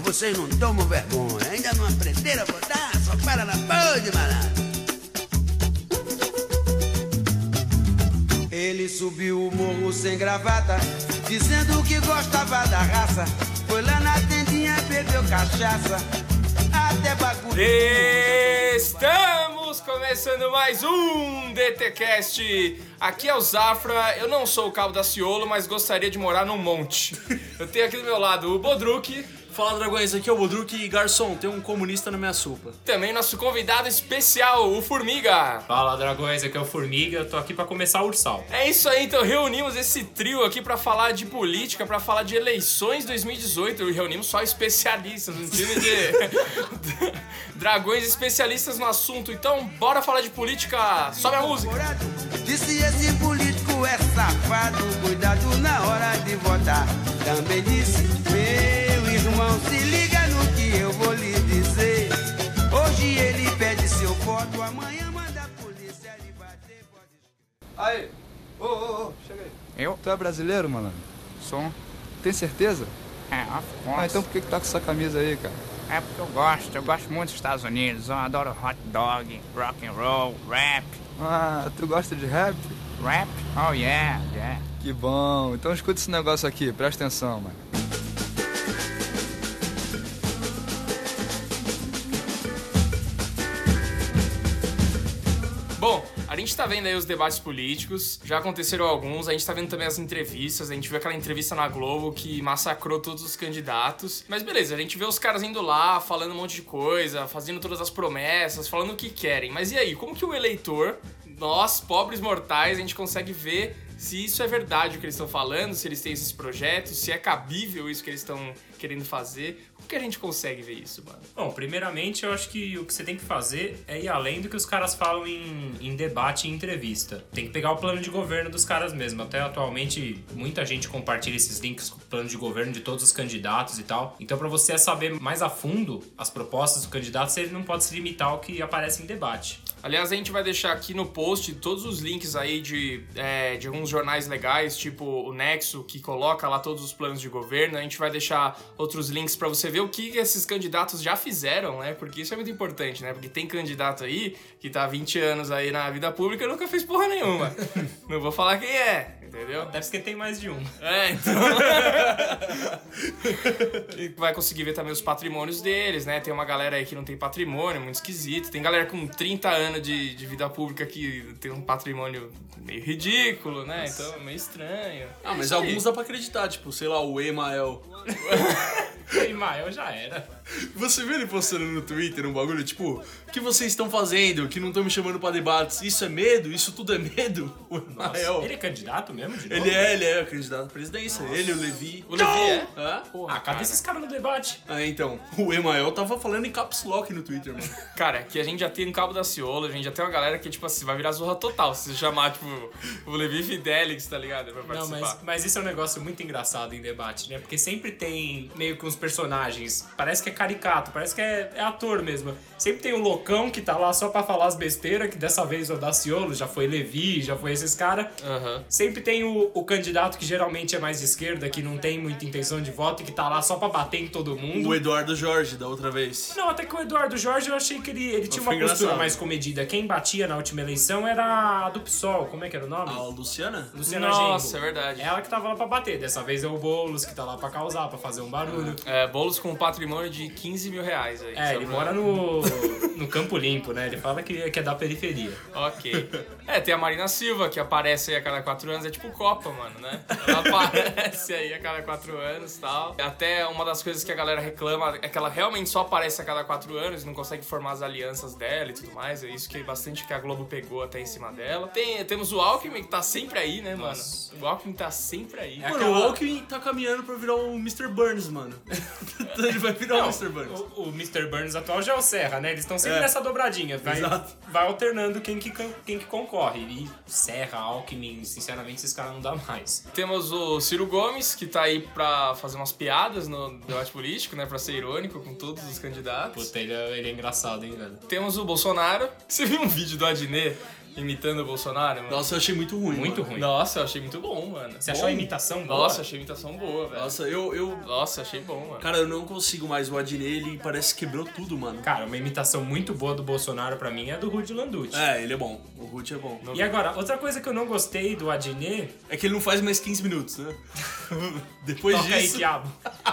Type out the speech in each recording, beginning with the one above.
vocês não tomam vergonha. Ainda não aprenderam a votar? Só para na pode, malandro. Ele subiu o morro sem gravata, dizendo que gostava da raça. Foi lá na tendinha, bebeu cachaça, até bagulho. Estamos começando mais um DTCast. Aqui é o Zafra, eu não sou o Cabo da Ciolo, mas gostaria de morar num monte. Eu tenho aqui do meu lado o Bodruk. Fala, dragões, aqui é o Bodruk e garçom, tem um comunista na minha sopa. Também nosso convidado especial, o Formiga. Fala, dragões, aqui é o Formiga, eu tô aqui pra começar o Ursal. É isso aí, então reunimos esse trio aqui pra falar de política, pra falar de eleições 2018. E reunimos só especialistas, um time de dragões especialistas no assunto. Então, bora falar de política. Sobe a música. Disse esse político é safado, cuidado na hora de votar. Também disse, meu irmão, se liga no que eu vou lhe dizer. Hoje ele pede seu voto, amanhã manda a polícia lhe bater. Aí, ô, chega aí. Eu? Tu é brasileiro, malandro? Sou. Tem certeza? Of course. Ah, então por que tá com essa camisa aí, cara? É porque eu gosto muito dos Estados Unidos, eu adoro hot dog, rock and roll, rap. Ah, tu gosta de rap? Rap? Oh yeah. Que bom, então escuta esse negócio aqui, presta atenção, mano. Bom, a gente tá vendo aí os debates políticos, já aconteceram alguns, a gente tá vendo também as entrevistas, a gente viu aquela entrevista na Globo que massacrou todos os candidatos. Mas beleza, a gente vê os caras indo lá, falando um monte de coisa, fazendo todas as promessas, falando o que querem. Mas e aí, como que o eleitor, nós, pobres mortais, a gente consegue ver se isso é verdade o que eles estão falando, se eles têm esses projetos, se é cabível isso que eles estão querendo fazer? Como que a gente consegue ver isso, mano? Bom, primeiramente eu acho que o que você tem que fazer é ir além do que os caras falam em debate e entrevista. Tem que pegar o plano de governo dos caras mesmo. Até atualmente muita gente compartilha esses links com o plano de governo de todos os candidatos e tal. Então pra você saber mais a fundo as propostas do candidato, ele não pode se limitar ao que aparece em debate. Aliás, a gente vai deixar aqui no post todos os links aí de alguns jornais legais, tipo o Nexo, que coloca lá todos os planos de governo. A gente vai deixar outros links pra você ver o que esses candidatos já fizeram, né? Porque isso é muito importante, né? Porque tem candidato aí que tá há 20 anos aí na vida pública e nunca fez porra nenhuma. Não vou falar quem é, entendeu? Deve ser que tem mais de um. Então... E vai conseguir ver também os patrimônios deles, né? Tem uma galera aí que não tem patrimônio, muito esquisito. Tem galera com 30 anos de vida pública que tem um patrimônio meio ridículo, né? Então é meio estranho. Ah, mas alguns dá pra acreditar, tipo, sei lá, o Emael. O Imael já era. Você viu ele postando no Twitter um bagulho, tipo, o que vocês estão fazendo, que não estão me chamando pra debates? Isso é medo? Isso tudo é medo? O Emael. Ele é candidato mesmo? De novo? Ele é candidato à presidência. Nossa. Ele, o Levi. O Levi é? Porra, cadê esses caras no debate? Ah, então, o Emael tava falando em caps lock no Twitter, mano. Cara, que a gente já tem no Cabo da Ciolo, a gente já tem uma galera que, tipo assim, vai virar zorra total se você chamar, tipo, o Levi Fidelix, tá ligado? Pra participar. Não, mas isso é um negócio muito engraçado em debate, né? Porque sempre tem meio que uns personagens, parece que é caricato, parece que é ator mesmo. Sempre tem um loucão que tá lá só pra falar as besteiras, que dessa vez o Daciolo, já foi Levi, já foi esses caras. Uhum. Sempre tem o candidato que geralmente é mais de esquerda, que não tem muita intenção de voto e que tá lá só pra bater em todo mundo. O Eduardo Jorge, da outra vez. Não, até que o Eduardo Jorge eu achei que ele tinha uma postura engraçado. mais comedida. Quem batia na última eleição era a do PSOL, como é que era o nome? A Luciana? Luciana Nossa, Genro. é verdade. Ela que tava lá pra bater. Dessa vez é o Boulos que tá lá pra causar, pra fazer um barulho. Boulos com um patrimônio de 15 mil reais aí. Ele mora no Campo Limpo, né? Ele fala que é da periferia. Ok. Tem a Marina Silva, que aparece aí a cada 4 anos, é tipo Copa, mano, né? Ela aparece aí a cada 4 anos e tal. Até uma das coisas que a galera reclama é que ela realmente só aparece a cada 4 anos e não consegue formar as alianças dela e tudo mais. É isso que é bastante que a Globo pegou até em cima dela. Temos o Alckmin, que tá sempre aí, né, mano? O Alckmin tá sempre aí. Mano, o Alckmin tá caminhando pra virar o Mr. Burns, mano. Ele vai virar o Mr. Burns. O Mr. Burns atual já é o Serra, né? Eles estão sempre nessa dobradinha. Vai alternando quem que concorre. E Serra, Alckmin, sinceramente, esses caras não dá mais. Temos o Ciro Gomes, que tá aí pra fazer umas piadas no debate político, né? Pra ser irônico com todos os candidatos. Puta, ele é engraçado, hein, velho? Temos o Bolsonaro. Você viu um vídeo do Adnet imitando o Bolsonaro, mano. Nossa, eu achei muito ruim. Muito mano. ruim. Nossa, eu achei muito bom, mano. Você achou a imitação boa? Nossa, achei a imitação boa, velho. Nossa, Nossa, achei bom, mano. Cara, eu não consigo mais. O Adnet, ele parece que quebrou tudo, mano. Cara, uma imitação muito boa do Bolsonaro pra mim é a do Rudy Landucci. É, ele é bom. O Ruth é bom. E agora, outra coisa que eu não gostei do Adnet... É que ele não faz mais 15 minutos, né? Depois Toca aí, disso... diabo.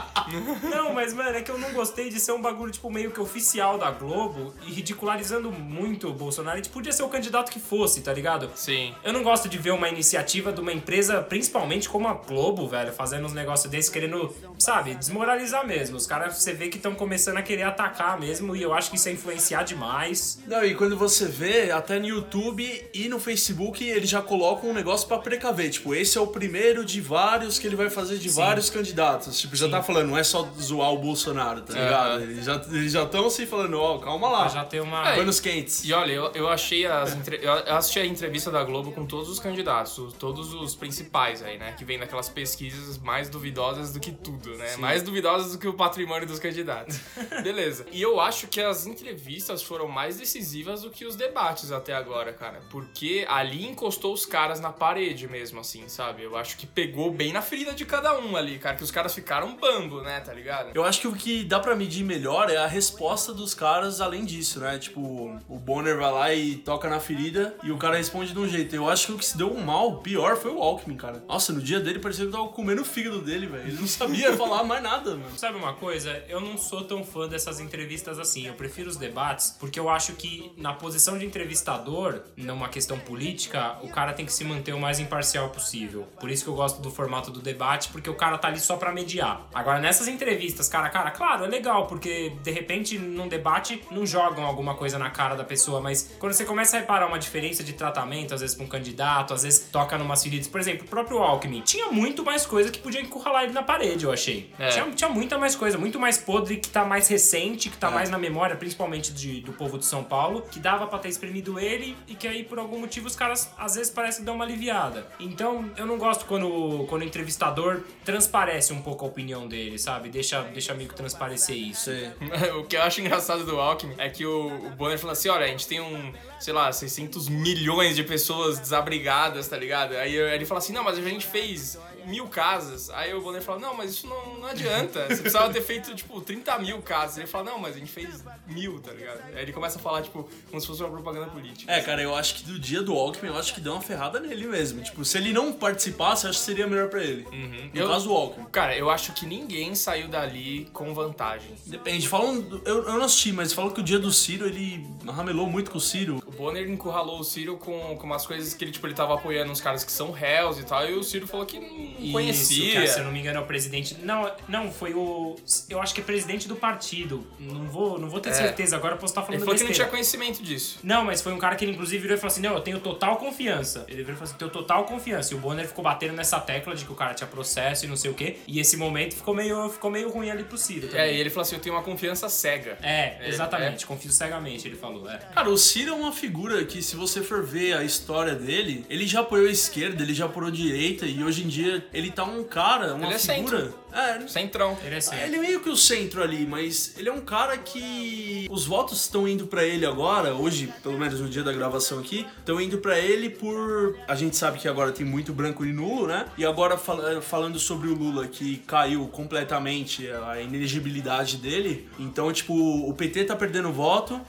Não, mas, mano, é que eu não gostei de ser um bagulho, tipo, meio que oficial da Globo e ridicularizando muito o Bolsonaro. A gente podia ser o candidato que fosse, tá ligado? Sim. Eu não gosto de ver uma iniciativa de uma empresa, principalmente como a Globo, velho, fazendo uns negócios desses, querendo, sabe, desmoralizar mesmo. Os caras, você vê que estão começando a querer atacar mesmo e eu acho que isso é influenciar demais. Não, e quando você vê, até no YouTube e no Facebook, eles já colocam um negócio pra precaver. Tipo, esse é o primeiro de vários que ele vai fazer de vários candidatos. Tipo, já tá falando, não é só zoar o Bolsonaro, tá ligado? Eles já estão assim falando, ó, calma lá. Já tem uma... Panos quentes. E olha, eu achei eu assisti a entrevista da Globo com todos os candidatos, todos os principais aí, né? Que vem daquelas pesquisas mais duvidosas do que tudo, né? Sim. Mais duvidosas do que o patrimônio dos candidatos. Beleza. E eu acho que as entrevistas foram mais decisivas do que os debates até agora, cara. Porque ali encostou os caras na parede mesmo, assim, sabe? Eu acho que pegou bem na ferida de cada um ali, cara. Que os caras ficaram bambo, né? Tá ligado? Eu acho que o que dá pra medir melhor é a resposta dos caras além disso, né? Tipo, o Bonner vai lá e toca na ferida e o cara responde de um jeito. Eu acho que o que se deu um mal, pior, foi o Alckmin, cara. Nossa, no dia dele parecia que eu tava comendo o fígado dele, velho. Ele não sabia falar mais nada, mano. Sabe uma coisa? Eu não sou tão fã dessas entrevistas assim. Eu prefiro os debates porque eu acho que na posição de entrevistador, numa questão política, o cara tem que se manter o mais imparcial possível. Por isso que eu gosto do formato do debate, porque o cara tá ali só pra mediar. Agora, nessas entrevistas, cara a cara, claro, é legal, porque de repente num debate não jogam alguma coisa na cara da pessoa, mas quando você começa a reparar uma diferença de tratamento, às vezes pra um candidato, às vezes toca numas feridas, por exemplo, o próprio Alckmin, tinha muito mais coisa que podia encurralar ele na parede, eu achei. Tinha muita mais coisa, muito mais podre, que tá mais recente, que tá mais na memória, principalmente do povo de São Paulo, que dava pra ter espremido ele e que aí, por algum motivo, os caras, às vezes, parece que dão uma aliviada. Então, eu não gosto quando o entrevistador transparece um pouco a opinião dele, sabe? Deixa meio que transparecer isso. O que eu acho engraçado do Alckmin é que o Bonner falou assim, olha, a gente tem sei lá, 600 milhões de pessoas desabrigadas, tá ligado? Aí ele fala assim, não, mas a gente fez 1000 casas. Aí o Bonner fala, não, mas isso não adianta. Você precisava ter feito, tipo, 30 mil casas. Ele fala, não, mas a gente fez 1000, tá ligado? Aí ele começa a falar, tipo, como se fosse uma propaganda política. É, cara, eu acho que do dia do Alckmin, eu acho que deu uma ferrada nele mesmo. Tipo, se ele não participasse, eu acho que seria melhor pra ele. No caso do Alckmin. Cara, eu acho que ninguém saiu dali com vantagem. Depende. Eu não assisti, mas falam que o dia do Ciro, ele ramelou muito com o Ciro. O Bonner encurralou o Ciro com umas coisas que ele tava apoiando uns caras que são réus e tal, e o Ciro falou que não conhecia. Isso, cara, se eu não me engano é o presidente... Não, foi o... Eu acho que é presidente do partido. Não vou ter certeza, agora eu posso estar falando besteira. Ele falou que não tinha conhecimento disso. Não, mas foi um cara que ele inclusive virou e falou assim, não, eu tenho total confiança. Ele virou e falou assim, tenho total confiança. E o Bonner ficou batendo nessa tecla de que o cara tinha processo e não sei o quê. E esse momento ficou meio ruim ali pro Ciro também. E ele falou assim, eu tenho uma confiança cega. Exatamente, confio cegamente, ele falou. Cara, o Ciro é uma figura que, se você for ver a história dele, ele já apoiou a esquerda, ele já apoiou a direita, e hoje em dia ele tá um cara, uma ele figura... Centro. Centrão. Ele é centro. Ele é meio que o centro ali, mas ele é um cara que... Os votos estão indo pra ele agora, hoje, pelo menos no dia da gravação aqui, estão indo pra ele por... A gente sabe que agora tem muito branco e nulo, né? E agora, falando sobre o Lula, que caiu completamente a inelegibilidade dele, então, tipo, o PT tá perdendo voto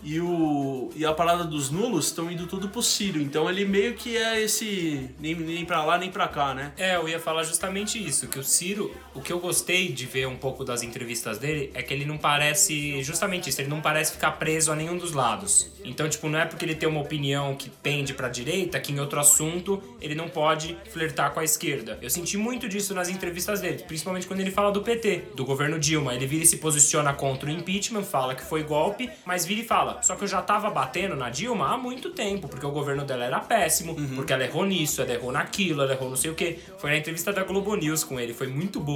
e a parada dos nulos estão indo tudo pro Ciro. Então ele meio que é esse... Nem pra lá, nem pra cá, né? Eu ia falar justamente isso, que o Ciro... O que eu gostei de ver um pouco das entrevistas dele é que ele não parece... Justamente isso, ele não parece ficar preso a nenhum dos lados. Então, tipo, não é porque ele tem uma opinião que pende pra direita que em outro assunto ele não pode flertar com a esquerda. Eu senti muito disso nas entrevistas dele, principalmente quando ele fala do PT, do governo Dilma. Ele vira e se posiciona contra o impeachment, fala que foi golpe, mas vira e fala, só que eu já tava batendo na Dilma há muito tempo, porque o governo dela era péssimo, porque ela errou nisso, ela errou naquilo, ela errou não sei o quê. Foi na entrevista da Globo News com ele, foi muito boa, aliás,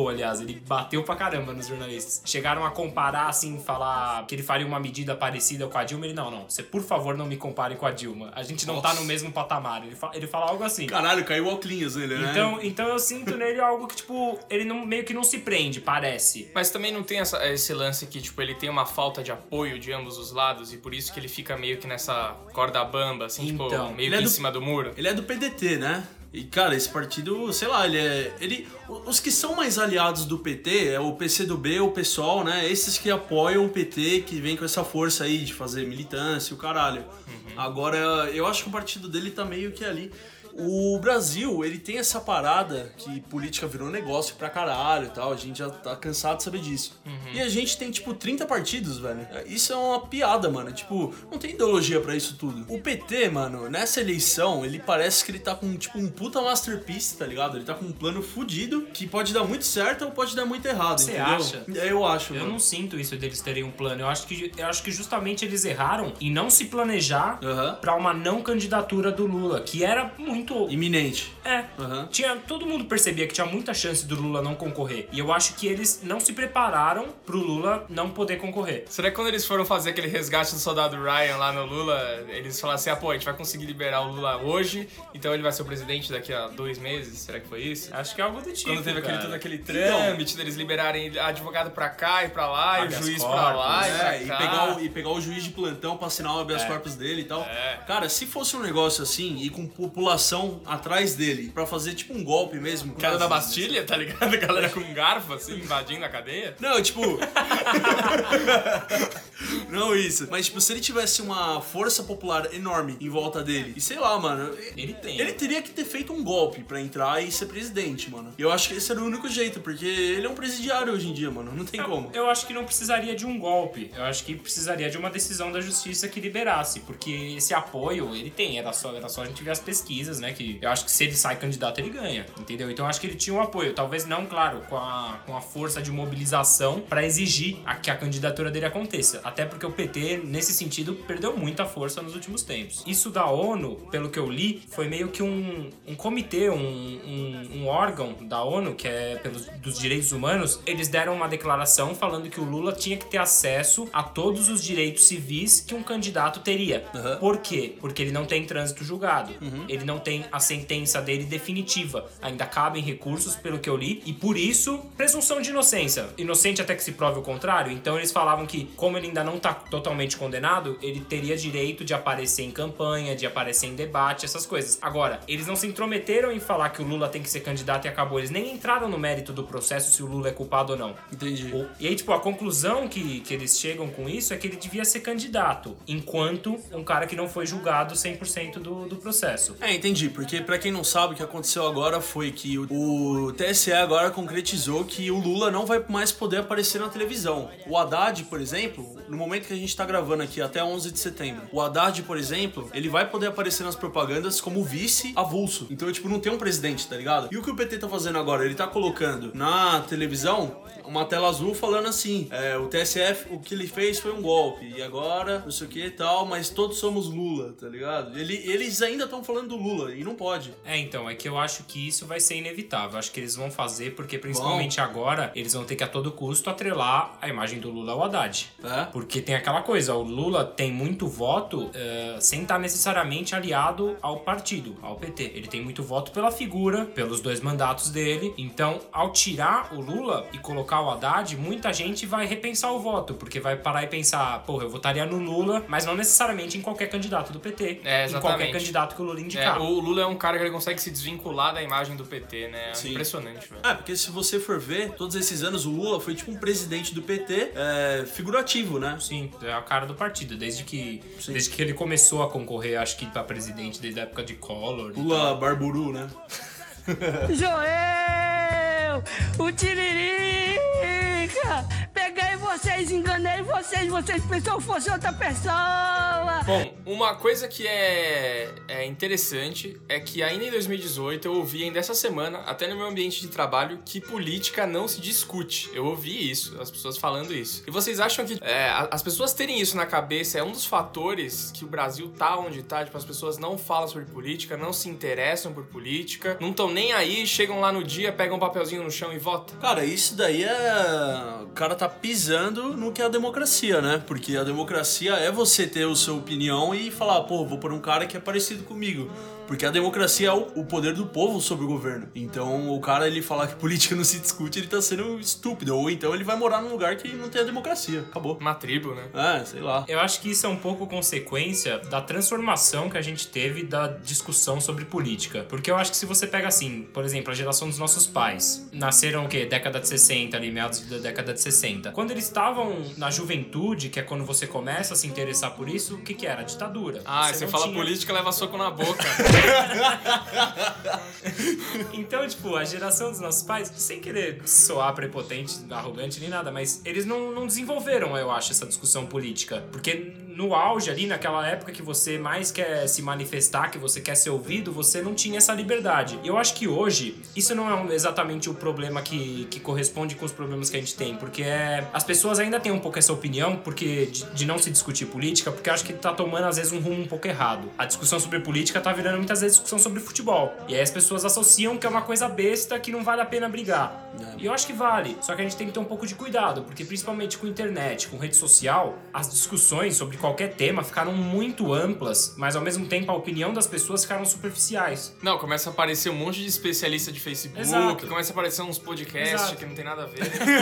Ele bateu pra caramba nos jornalistas. Chegaram a comparar, assim, falar que ele faria uma medida parecida com a Dilma. Ele, não, você por favor não me compare com a Dilma. A gente não tá no mesmo patamar. Ele fala algo assim. Caralho, caiu o óculos nele, né? Então eu sinto nele algo que, tipo, ele não, meio que não se prende, parece. Mas também não tem esse lance que, tipo, ele tem uma falta de apoio de ambos os lados e por isso que ele fica meio que nessa corda bamba, assim, Então, tipo, meio que em cima do muro. Ele é do PDT, né? E, cara, esse partido, sei lá, os que são mais aliados do PT é o PCdoB, o PSOL, né? Esses que apoiam o PT, que vem com essa força aí de fazer militância e o caralho. Agora, eu acho que o partido dele tá meio que ali. O Brasil, ele tem essa parada que política virou negócio pra caralho e tal, a gente já tá cansado de saber disso. E a gente tem, tipo, 30 partidos, velho. Isso é uma piada, mano. Tipo, não tem ideologia pra isso tudo. O PT, mano, nessa eleição, ele parece que ele tá com, tipo, um puta masterpiece, tá ligado? Ele tá com um plano fudido que pode dar muito certo ou pode dar muito errado, Você entendeu? acha? Eu acho, Eu mano. não sinto isso deles terem um plano. Eu acho que justamente eles erraram em não se planejar pra uma não candidatura do Lula, que era muito... Iminente. Todo mundo percebia que tinha muita chance do Lula não concorrer. E eu acho que eles não se prepararam pro Lula não poder concorrer. Será que quando eles foram fazer aquele resgate do soldado Ryan lá no Lula, eles falaram assim, pô, a gente vai conseguir liberar o Lula hoje, então ele vai ser o presidente daqui a 2 meses? Será que foi isso? Acho que é algo do tipo, Quando teve cara. todo aquele trâmite deles liberarem advogado pra cá e pra lá, e o Habeas juiz corpus, pra lá e pra cá. E pegar o juiz de plantão pra assinar o habeas corpus dele e tal. Cara, se fosse um negócio assim e com população atrás dele pra fazer tipo um golpe mesmo. Cara da Bastilha, tá ligado? A galera com um garfo, assim, invadindo a cadeia. Não, tipo... Não isso. Mas, tipo, se ele tivesse uma força popular enorme em volta dele, e sei lá, mano... Ele tem. Ele teria que ter feito um golpe pra entrar e ser presidente, mano. E eu acho que esse era o único jeito, porque ele é um presidiário hoje em dia, mano. Não tem como. Eu acho que não precisaria de um golpe. Eu acho que precisaria de uma decisão da justiça que liberasse. Porque esse apoio, ele tem. Era só a gente ver as pesquisas, né? Que eu acho que se ele sai candidato, ele ganha. Entendeu? Então eu acho que ele tinha um apoio. Talvez não, claro, com a força de mobilização pra exigir que a candidatura dele aconteça. Até porque o PT, nesse sentido, perdeu muita força nos últimos tempos. Isso da ONU, pelo que eu li, foi meio que um comitê, um órgão da ONU, que é dos direitos humanos. Eles deram uma declaração falando que o Lula tinha que ter acesso a todos os direitos civis que um candidato teria. Por quê? Porque ele não tem trânsito julgado. Ele não tem a sentença dele definitiva. Ainda cabem recursos, pelo que eu li, e por isso, presunção de inocência. Inocente até que se prove o contrário. Então eles falavam que, como ele ainda não tá totalmente condenado, ele teria direito de aparecer em campanha, de aparecer em debate, essas coisas. Agora, eles não se intrometeram em falar que o Lula tem que ser candidato e acabou. Eles nem entraram no mérito do processo se o Lula é culpado ou não. Entendi. E aí, tipo, a conclusão que eles chegam com isso é que ele devia ser candidato, enquanto um cara que não foi julgado 100% do processo. Entendi, porque pra quem não sabe, o que aconteceu agora foi que o TSE agora concretizou que o Lula não vai mais poder aparecer na televisão. O Haddad, por exemplo, no momento que a gente tá gravando aqui, até 11 de setembro, o Haddad, por exemplo, ele vai poder aparecer nas propagandas como vice avulso. Então, tipo, não tem um presidente, tá ligado? E o que o PT tá fazendo agora? Ele tá colocando na televisão uma tela azul falando assim, o TSE, o que ele fez foi um golpe, e agora, não sei o que e tal, mas todos somos Lula, tá ligado? Eles ainda estão falando do Lula, e não pode. Então, é que eu acho que isso vai ser inevitável. Acho que eles vão fazer, porque principalmente agora, eles vão ter que a todo custo atrelar a imagem do Lula ao Haddad. Porque tem aquela coisa, o Lula tem muito voto sem estar necessariamente aliado ao partido, ao PT. Ele tem muito voto pela figura, pelos 2 mandatos dele. Então, ao tirar o Lula e colocar o Haddad, muita gente vai repensar o voto, porque vai parar e pensar, porra, eu votaria no Lula, mas não necessariamente em qualquer candidato do PT. Em qualquer candidato que o Lula indicar. O Lula é um cara que ele consegue se desvincular da imagem do PT, né? É impressionante, velho. Porque se você for ver, todos esses anos o Lula foi tipo um presidente do PT figurativo, né? Sim, é a cara do partido, desde que ele começou a concorrer, acho que pra presidente, desde a época de Collor. Lula Barburu, né? Joel! O Tiririca! Peguei você! vocês, enganei vocês pensam que fosse outra pessoa. Bom, uma coisa que é interessante é que ainda em 2018 eu ouvi ainda essa semana, até no meu ambiente de trabalho, que política não se discute. Eu ouvi isso, as pessoas falando isso. E vocês acham que as pessoas terem isso na cabeça é um dos fatores que o Brasil tá onde tá? Tipo, as pessoas não falam sobre política, não se interessam por política, não estão nem aí, chegam lá no dia, pegam um papelzinho no chão e votam? Cara, isso daí o cara tá pisando no que é a democracia, né? Porque a democracia é você ter a sua opinião e falar, pô, vou por um cara que é parecido comigo. Porque a democracia é o poder do povo sobre o governo. Então, o cara, ele falar que política não se discute, ele tá sendo estúpido. Ou então ele vai morar num lugar que não tem a democracia. Acabou. Uma tribo, né? Sei lá. Eu acho que isso é um pouco consequência da transformação que a gente teve da discussão sobre política. Porque eu acho que se você pega assim, por exemplo, a geração dos nossos pais, nasceram o quê? Década de 60, ali, meados da década de 60. Quando eles estavam na juventude, que é quando você começa a se interessar por isso, o que era? A ditadura. Você fala política, leva soco na boca. Então, tipo, a geração dos nossos pais, sem querer soar prepotente, arrogante nem nada, mas eles não desenvolveram, eu acho, essa discussão política. Porque no auge ali, naquela época que você mais quer se manifestar, que você quer ser ouvido, você não tinha essa liberdade. E eu acho que hoje, isso não é exatamente o problema que corresponde com os problemas que a gente tem, porque as pessoas ainda têm um pouco essa opinião porque de não se discutir política, porque eu acho que tá tomando às vezes um rumo um pouco errado. A discussão sobre política tá virando muitas vezes discussão sobre futebol. E aí as pessoas associam que é uma coisa besta, que não vale a pena brigar. E eu acho que vale, só que a gente tem que ter um pouco de cuidado, porque principalmente com internet, com rede social, as discussões sobre qualquer tema ficaram muito amplas, mas ao mesmo tempo a opinião das pessoas ficaram superficiais. Não, começa a aparecer um monte de especialista de Facebook, Exato. começa a aparecer uns podcasts Exato. que não tem nada a ver.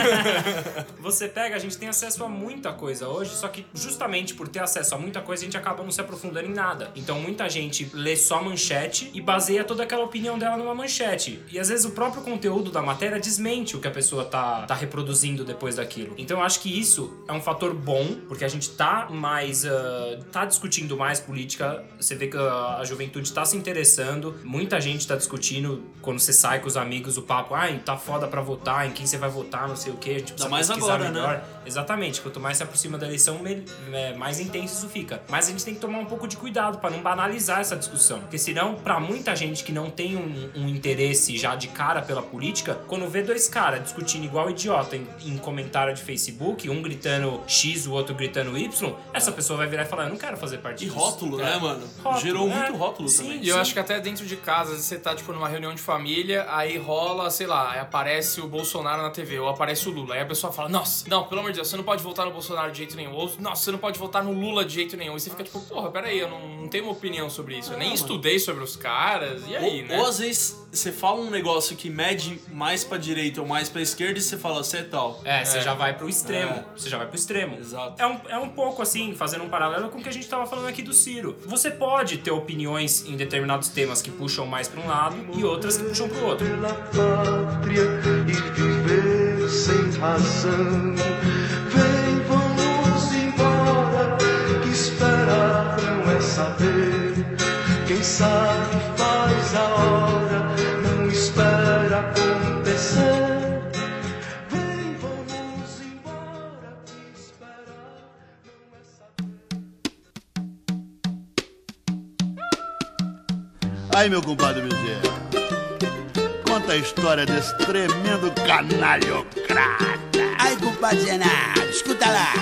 Você pega, a gente tem acesso a muita coisa hoje, só que justamente por ter acesso a muita coisa, a gente acaba não se aprofundando em nada. Então muita gente lê só manchete e baseia toda aquela opinião dela numa manchete. E às vezes o próprio conteúdo da matéria desmente o que a pessoa tá reproduzindo depois daquilo. Então eu acho que isso é um fator bom, porque a gente tá mais... tá discutindo mais política. Você vê que a juventude tá se interessando. Muita gente tá discutindo, quando você sai com os amigos, o papo, tá foda pra votar, em quem você vai votar, não sei o que. A gente precisa mais pesquisar agora, melhor. né? Exatamente. Quanto mais se aproxima da eleição, mais intenso isso fica. Mas a gente tem que tomar um pouco de cuidado pra não banalizar essa discussão. Porque senão, pra muita gente que não tem um interesse já de cara pela política, quando vê dois caras discutindo igual idiota em comentário de Facebook, um gritando X, o outro gritando Y, essa pessoa vai virar e falar, eu não quero fazer parte E disso. rótulo, né, mano? Rótulo, Gerou muito rótulo sim, também. E eu acho que até dentro de casa, às vezes você tá, tipo, numa reunião de família, aí rola, sei lá, aí aparece o Bolsonaro na TV, ou aparece o Lula. Aí a pessoa fala, nossa, não, pelo amor de Deus, você não pode votar no Bolsonaro de jeito nenhum. Ou, nossa, você não pode votar no Lula de jeito nenhum. E você fica tipo, porra, peraí, eu não tenho uma opinião sobre isso. Eu nem estudei sobre os caras, e aí, né? Ou às vezes você fala um negócio que mede mais pra direita ou mais pra esquerda e você fala, você é tal. Você já vai pro extremo. Você já vai pro extremo. Exato. É um pouco assim, fazendo um paralelo com o que a gente tava falando aqui do Ciro. Você pode ter opiniões em determinados temas que puxam mais pra um lado e outras que puxam pro outro. Pela pátria e viver sem razão. Vem, vamos embora, que esperar não é saber. Quem sabe faz a hora, não espera acontecer. Vem, vamos embora, que esperar não é saber. Aí, meu compadre Bezerra, conta a história desse tremendo canalhocrata. Aí, compadre Genaro, escuta lá.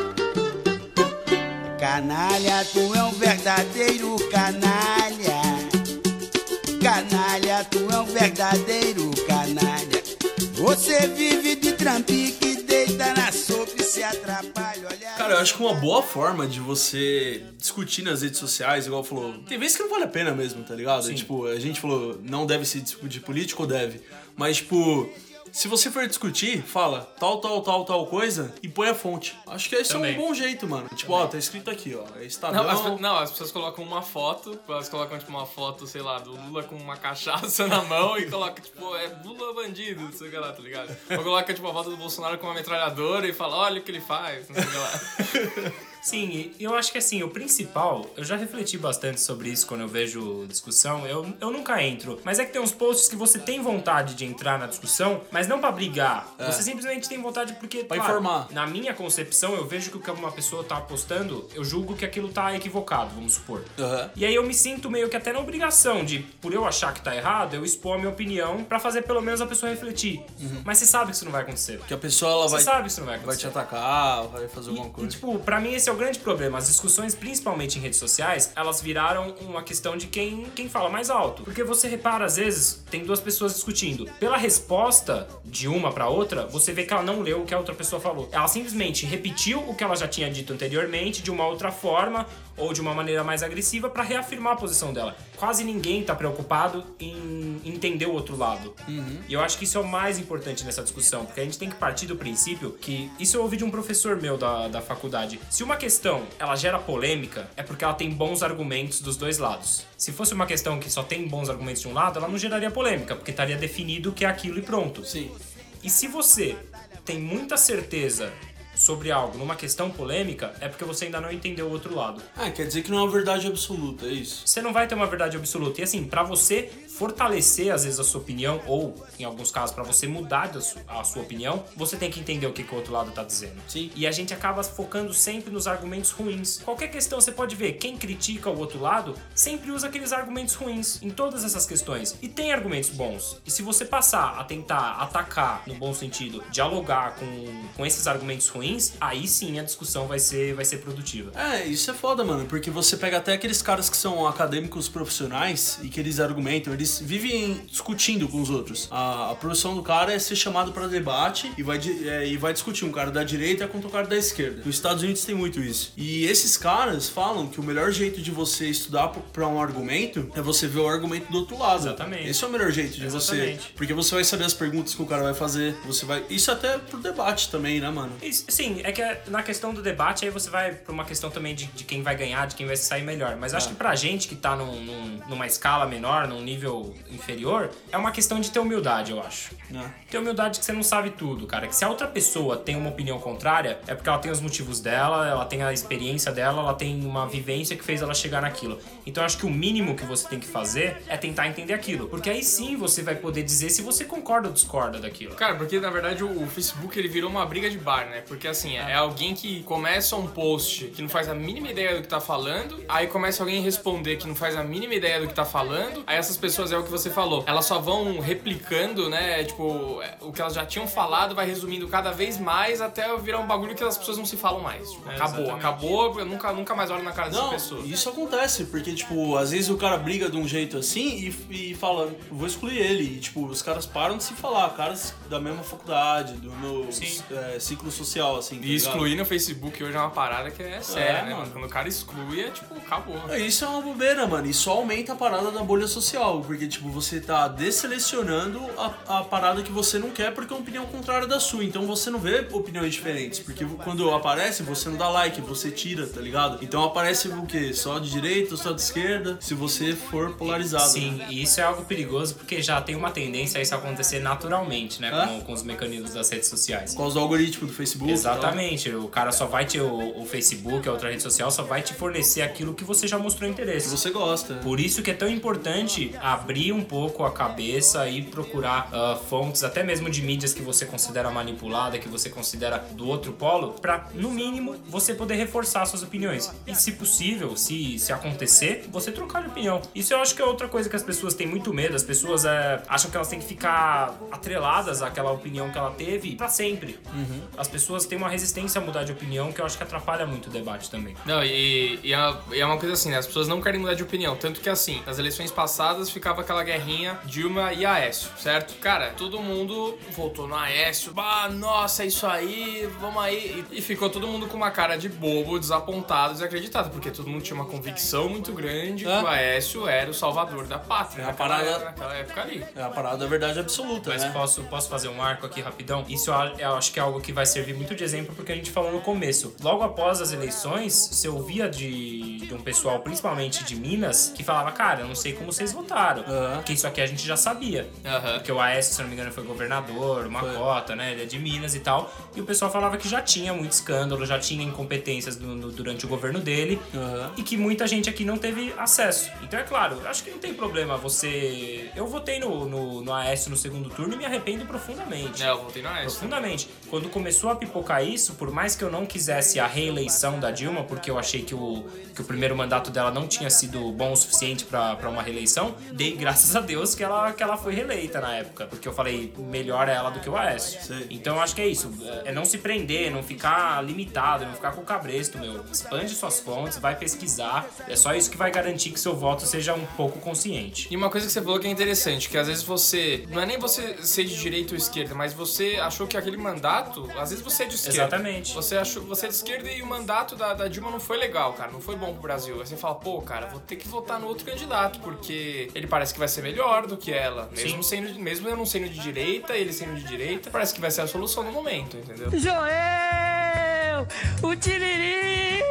Canalha, tu é um verdadeiro canalha. Canalha, tu é um verdadeiro canalha. Você vive de trampique, deita na sopa e se atrapalha. Olha aí. Cara, eu acho que uma boa forma de você discutir nas redes sociais, igual falou, tem vezes que não vale a pena mesmo, tá ligado? Sim. Tipo, a gente falou, não deve se discutir político ou deve. Mas, tipo, se você for discutir, fala tal coisa e põe a fonte. Acho que esse Também. é um bom jeito, mano. Tipo, ó, tá escrito aqui, ó. É Estadão. Não, as pessoas colocam uma foto, elas colocam tipo uma foto, sei lá, do Lula com uma cachaça na mão e colocam, tipo, é Lula bandido, não sei o que lá, tá ligado? Ou coloca, tipo, a foto do Bolsonaro com uma metralhadora e fala, olha o que ele faz, não sei o que lá. Sim, e eu acho que assim, o principal, eu já refleti bastante sobre isso quando eu vejo discussão, eu nunca entro, mas é que tem uns posts que você tem vontade de entrar na discussão, mas não pra brigar, você simplesmente tem vontade porque, pra claro, informar. Na minha concepção, eu vejo que o que uma pessoa tá postando, eu julgo que aquilo tá equivocado, vamos supor. E aí eu me sinto meio que até na obrigação de, por eu achar que tá errado, eu expor a minha opinião pra fazer pelo menos a pessoa refletir. Mas você sabe que isso não vai acontecer. Que a pessoa, ela Você sabe que isso não vai vai acontecer. te atacar, vai fazer alguma coisa. Tipo, pra mim esse é o grande problema. As discussões, principalmente em redes sociais, elas viraram uma questão de quem fala mais alto. Porque você repara, às vezes, tem duas pessoas discutindo. Pela resposta de uma pra outra, você vê que ela não leu o que a outra pessoa falou. Ela simplesmente repetiu o que ela já tinha dito anteriormente, de uma outra forma, ou de uma maneira mais agressiva, pra reafirmar a posição dela. Quase ninguém tá preocupado em entender o outro lado. E eu acho que isso é o mais importante nessa discussão, porque a gente tem que partir do princípio que... Isso eu ouvi de um professor meu da faculdade. Se uma questão, ela gera polêmica, é porque ela tem bons argumentos dos dois lados. Se fosse uma questão que só tem bons argumentos de um lado, ela não geraria polêmica, porque estaria definido que é aquilo e pronto. Sim. E se você tem muita certeza sobre algo numa questão polêmica, é porque você ainda não entendeu o outro lado. Quer dizer que não é uma verdade absoluta, é isso? Você não vai ter uma verdade absoluta. E assim, pra você fortalecer, às vezes, a sua opinião, ou, em alguns casos, pra você mudar a sua opinião, você tem que entender o que o outro lado tá dizendo. Sim. E a gente acaba focando sempre nos argumentos ruins. Qualquer questão, você pode ver, quem critica o outro lado sempre usa aqueles argumentos ruins em todas essas questões. E tem argumentos bons. E se você passar a tentar atacar, no bom sentido, dialogar com esses argumentos ruins, aí sim a discussão vai ser produtiva. Isso é foda, mano, porque você pega até aqueles caras que são acadêmicos profissionais e que eles argumentam, eles vivem discutindo com os outros. A profissão do cara é ser chamado pra debate e vai discutir um cara da direita contra um cara da esquerda. Nos Estados Unidos tem muito isso. E esses caras falam que o melhor jeito de você estudar pra um argumento é você ver o argumento do outro lado. Exatamente. Esse é o melhor jeito de você. Porque você vai saber as perguntas que o cara vai fazer. Isso até pro debate também, né, mano? Sim, é que na questão do debate aí você vai pra uma questão também de quem vai ganhar, de quem vai sair melhor. Mas acho que pra gente que tá numa escala menor, num nível inferior, é uma questão de ter humildade, eu acho. Ter humildade que você não sabe tudo, cara. Que se a outra pessoa tem uma opinião contrária, é porque ela tem os motivos dela, ela tem a experiência dela, ela tem uma vivência que fez ela chegar naquilo. Então eu acho que o mínimo que você tem que fazer é tentar entender aquilo. Porque aí sim você vai poder dizer se você concorda ou discorda daquilo. Cara, porque na verdade o Facebook ele virou uma briga de bar, né? Porque assim, é alguém que começa um post que não faz a mínima ideia do que tá falando, aí começa alguém a responder que não faz a mínima ideia do que tá falando, aí essas pessoas, é o que você falou, elas só vão replicando, né? Tipo, o que elas já tinham falado vai resumindo cada vez mais até virar um bagulho que as pessoas não se falam mais. Tipo, acabou, eu nunca mais olho na cara dessa pessoa. Isso acontece, porque, tipo, às vezes o cara briga de um jeito assim e fala, vou excluir ele. E, tipo, os caras param de se falar, caras da mesma faculdade, do meu ciclo social, assim. E excluir no Facebook hoje é uma parada que é séria, né, mano? Quando o cara exclui, é tipo, acabou. Isso é uma bobeira, mano. E só aumenta a parada da bolha social, porque, tipo, você tá desselecionando a parada que você não quer porque é uma opinião contrária da sua. Então você não vê opiniões diferentes, porque quando aparece, você não dá like, você tira, tá ligado? Então aparece o quê? Só de direita, só de esquerda, se você for polarizado. Sim, né? E isso é algo perigoso porque já tem uma tendência a isso acontecer naturalmente, né? Com os mecanismos das redes sociais. Por causa do algoritmo do Facebook. Exatamente. O cara só vai te... O Facebook, a outra rede social, só vai te fornecer aquilo que você já mostrou interesse. Que você gosta. Por isso que é tão importante abrir um pouco a cabeça e procurar fontes, até mesmo de mídias que você considera manipulada, que você considera do outro polo, pra, no mínimo, você poder reforçar suas opiniões. E, se possível, se acontecer, você trocar de opinião. Isso eu acho que é outra coisa que as pessoas têm muito medo. As pessoas acham que elas têm que ficar atreladas àquela opinião que ela teve pra sempre. As pessoas têm uma resistência a mudar de opinião que eu acho que atrapalha muito o debate também. Não, e é uma coisa assim, né? As pessoas não querem mudar de opinião. Tanto que, assim, nas eleições passadas ficava aquela guerrinha Dilma e Aécio, certo? Cara, todo mundo votou no Aécio. Nossa, é isso aí, vamos aí. E ficou todo mundo com uma cara de bobo, desapontado, desacreditado. Porque todo mundo tinha uma convicção muito grande que o Aécio era o salvador da pátria. Naquela época ali. É a parada da verdade absoluta, mas né? Posso fazer um marco aqui rapidão? Isso eu acho que é algo que vai servir muito de de exemplo porque a gente falou no começo. Logo após as eleições, você ouvia de um pessoal, principalmente de Minas, que falava, cara, eu não sei como vocês votaram. Porque isso aqui a gente já sabia. Porque o Aécio, se não me engano, foi governador, uma cota, né? Ele é de Minas e tal. E o pessoal falava que já tinha muito escândalo, já tinha incompetências durante o governo dele. E que muita gente aqui não teve acesso. Então, é claro, eu acho que não tem problema você... Eu votei no Aécio no segundo turno e me arrependo profundamente. Eu votei no Aécio. Profundamente. Quando começou a pipocar isso, por mais que eu não quisesse a reeleição da Dilma, porque eu achei que o primeiro mandato dela não tinha sido bom o suficiente pra uma reeleição, dei graças a Deus que ela foi reeleita na época. Porque eu falei, melhor ela do que o Aécio. Sim. Então eu acho que é isso. É não se prender, não ficar limitado, não ficar com o cabresto, meu. Expande suas fontes, vai pesquisar. É só isso que vai garantir que seu voto seja um pouco consciente. E uma coisa que você falou que é interessante, que às vezes você... Não é nem você ser de direita ou esquerda, mas você achou que aquele mandato... Às vezes você é de esquerda. Exatamente. Você é de esquerda e o mandato da Dilma não foi legal, cara. Não foi bom pro Brasil. Aí você fala, pô, cara, vou ter que votar no outro candidato, porque ele parece que vai ser melhor do que ela. Mesmo eu não sendo de direita, ele sendo de direita, parece que vai ser a solução no momento, entendeu? Joel, o Tiririca,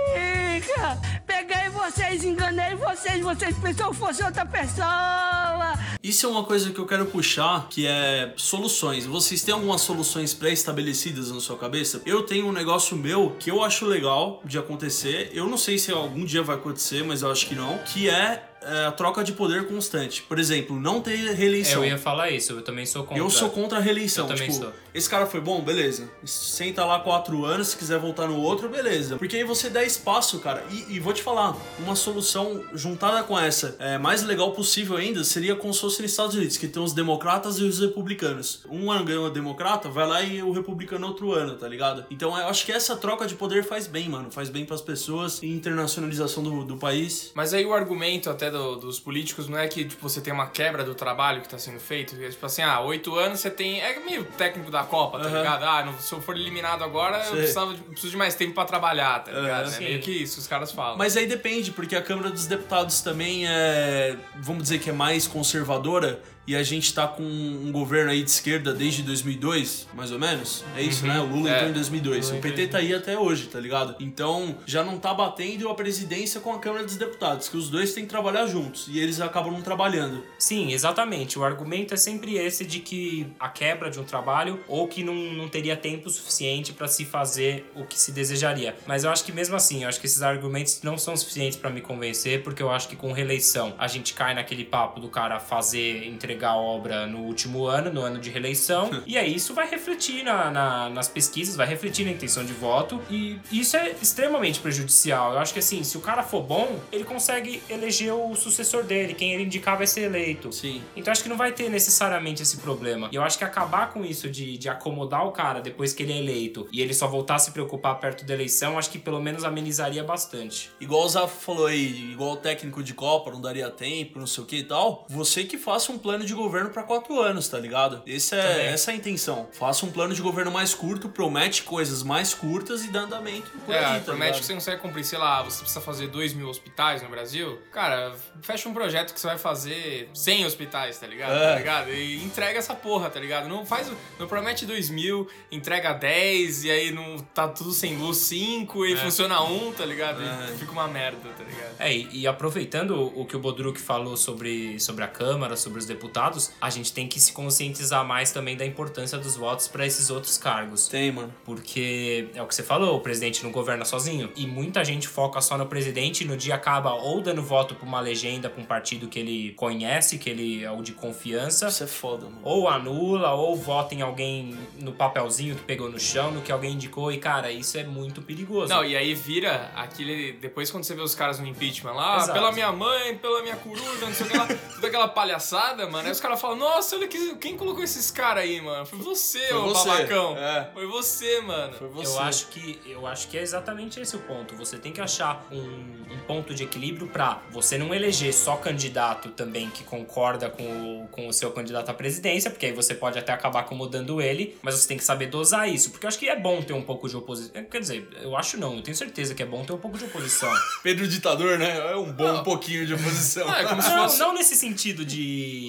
peguei vocês, enganei vocês pensou que fosse outra pessoa. Isso é uma coisa que eu quero puxar, que é soluções. Vocês têm algumas soluções pré-estabelecidas na sua cabeça? Eu tenho um negócio meu que eu acho legal de acontecer. Eu não sei se algum dia vai acontecer, mas eu acho que não. Que é a troca de poder constante. Por exemplo, não ter reeleição. Eu ia falar isso, eu também sou contra. Eu sou contra a reeleição. Eu também tipo, sou. Esse cara foi bom, beleza. Senta lá 4 anos, se quiser voltar no outro, beleza. Porque aí você dá espaço, cara. E vou te falar, uma solução juntada com essa, mais legal possível ainda, seria como se fosse nos Estados Unidos, que tem os democratas e os republicanos. Um ano ganhou o democrata, vai lá e o republicano outro ano, tá ligado? Então eu acho que essa troca de poder faz bem, mano. Faz bem pras pessoas e internacionalização do país. Mas aí o argumento até dos políticos não é que tipo, você tem uma quebra do trabalho que tá sendo feito. É tipo assim, 8 anos você tem... É meio técnico da Copa, tá ligado? Se eu for eliminado agora, eu preciso de mais tempo pra trabalhar, tá ligado? É meio que isso, os caras falam. Mas aí depende, porque a Câmara dos Deputados também é... Vamos dizer que é mais conservadora. E a gente tá com um governo aí de esquerda desde 2002, mais ou menos. É isso, né? O Lula entrou em 2002. O PT tá aí até hoje, tá ligado? Então, já não tá batendo a presidência com a Câmara dos Deputados, que os dois têm que trabalhar juntos. E eles acabam não trabalhando. Sim, exatamente. O argumento é sempre esse de que a quebra de um trabalho ou que não teria tempo suficiente pra se fazer o que se desejaria. Mas eu acho que mesmo assim, eu acho que esses argumentos não são suficientes pra me convencer, porque eu acho que com reeleição a gente cai naquele papo do cara entregar a obra no último ano, no ano de reeleição, e aí isso vai refletir nas pesquisas, vai refletir na intenção de voto, e isso é extremamente prejudicial. Eu acho que assim, se o cara for bom, ele consegue eleger o sucessor dele, quem ele indicar vai ser eleito. Sim. Então acho que não vai ter necessariamente esse problema. E eu acho que acabar com isso de acomodar o cara depois que ele é eleito e ele só voltar a se preocupar perto da eleição, acho que pelo menos amenizaria bastante. Igual o Zaf falou aí, igual o técnico de Copa, não daria tempo, não sei o que e tal, você que faça um plano de governo pra 4 anos, tá ligado? Essa é a intenção. Faça um plano de governo mais curto, promete coisas mais curtas e dá andamento por aí, tá promete ligado? que você consegue cumprir, sei lá, você precisa fazer 2.000 hospitais no Brasil. Cara, fecha um projeto que você vai fazer 100 hospitais, tá ligado? Tá ligado? E entrega essa porra, tá ligado? Não promete 2.000, entrega 10 e aí não tá tudo sem luz 5 e funciona 1, tá ligado? E fica uma merda, tá ligado? E aproveitando o que o Bodruk falou sobre a Câmara, sobre os deputados, a gente tem que se conscientizar mais também da importância dos votos pra esses outros cargos. Tem, mano. Porque é o que você falou, o presidente não governa sozinho. E muita gente foca só no presidente e no dia acaba ou dando voto pra uma legenda, pra um partido que ele conhece, que ele é o de confiança. Isso é foda, mano. Ou anula, ou vota em alguém no papelzinho que pegou no chão, no que alguém indicou. E, cara, isso é muito perigoso. Não, e aí vira aquele... Depois quando você vê os caras no impeachment lá, Exato. Pela minha mãe, pela minha coruja, não sei o que lá, toda aquela palhaçada, mano. Aí os caras falam, nossa, olha quem colocou esses caras aí, mano? Foi você, ô babacão. Foi você, mano. Foi você. Eu acho que é exatamente esse o ponto. Você tem que achar um ponto de equilíbrio pra você não eleger só candidato também que concorda com o seu candidato à presidência, porque aí você pode até acabar acomodando ele, mas você tem que saber dosar isso, porque eu acho que é bom ter um pouco de oposição. Quer dizer, eu acho não, eu tenho certeza que é bom ter um pouco de oposição. Pedro Ditador, né? É um pouquinho de oposição. É como se fosse... Não nesse sentido de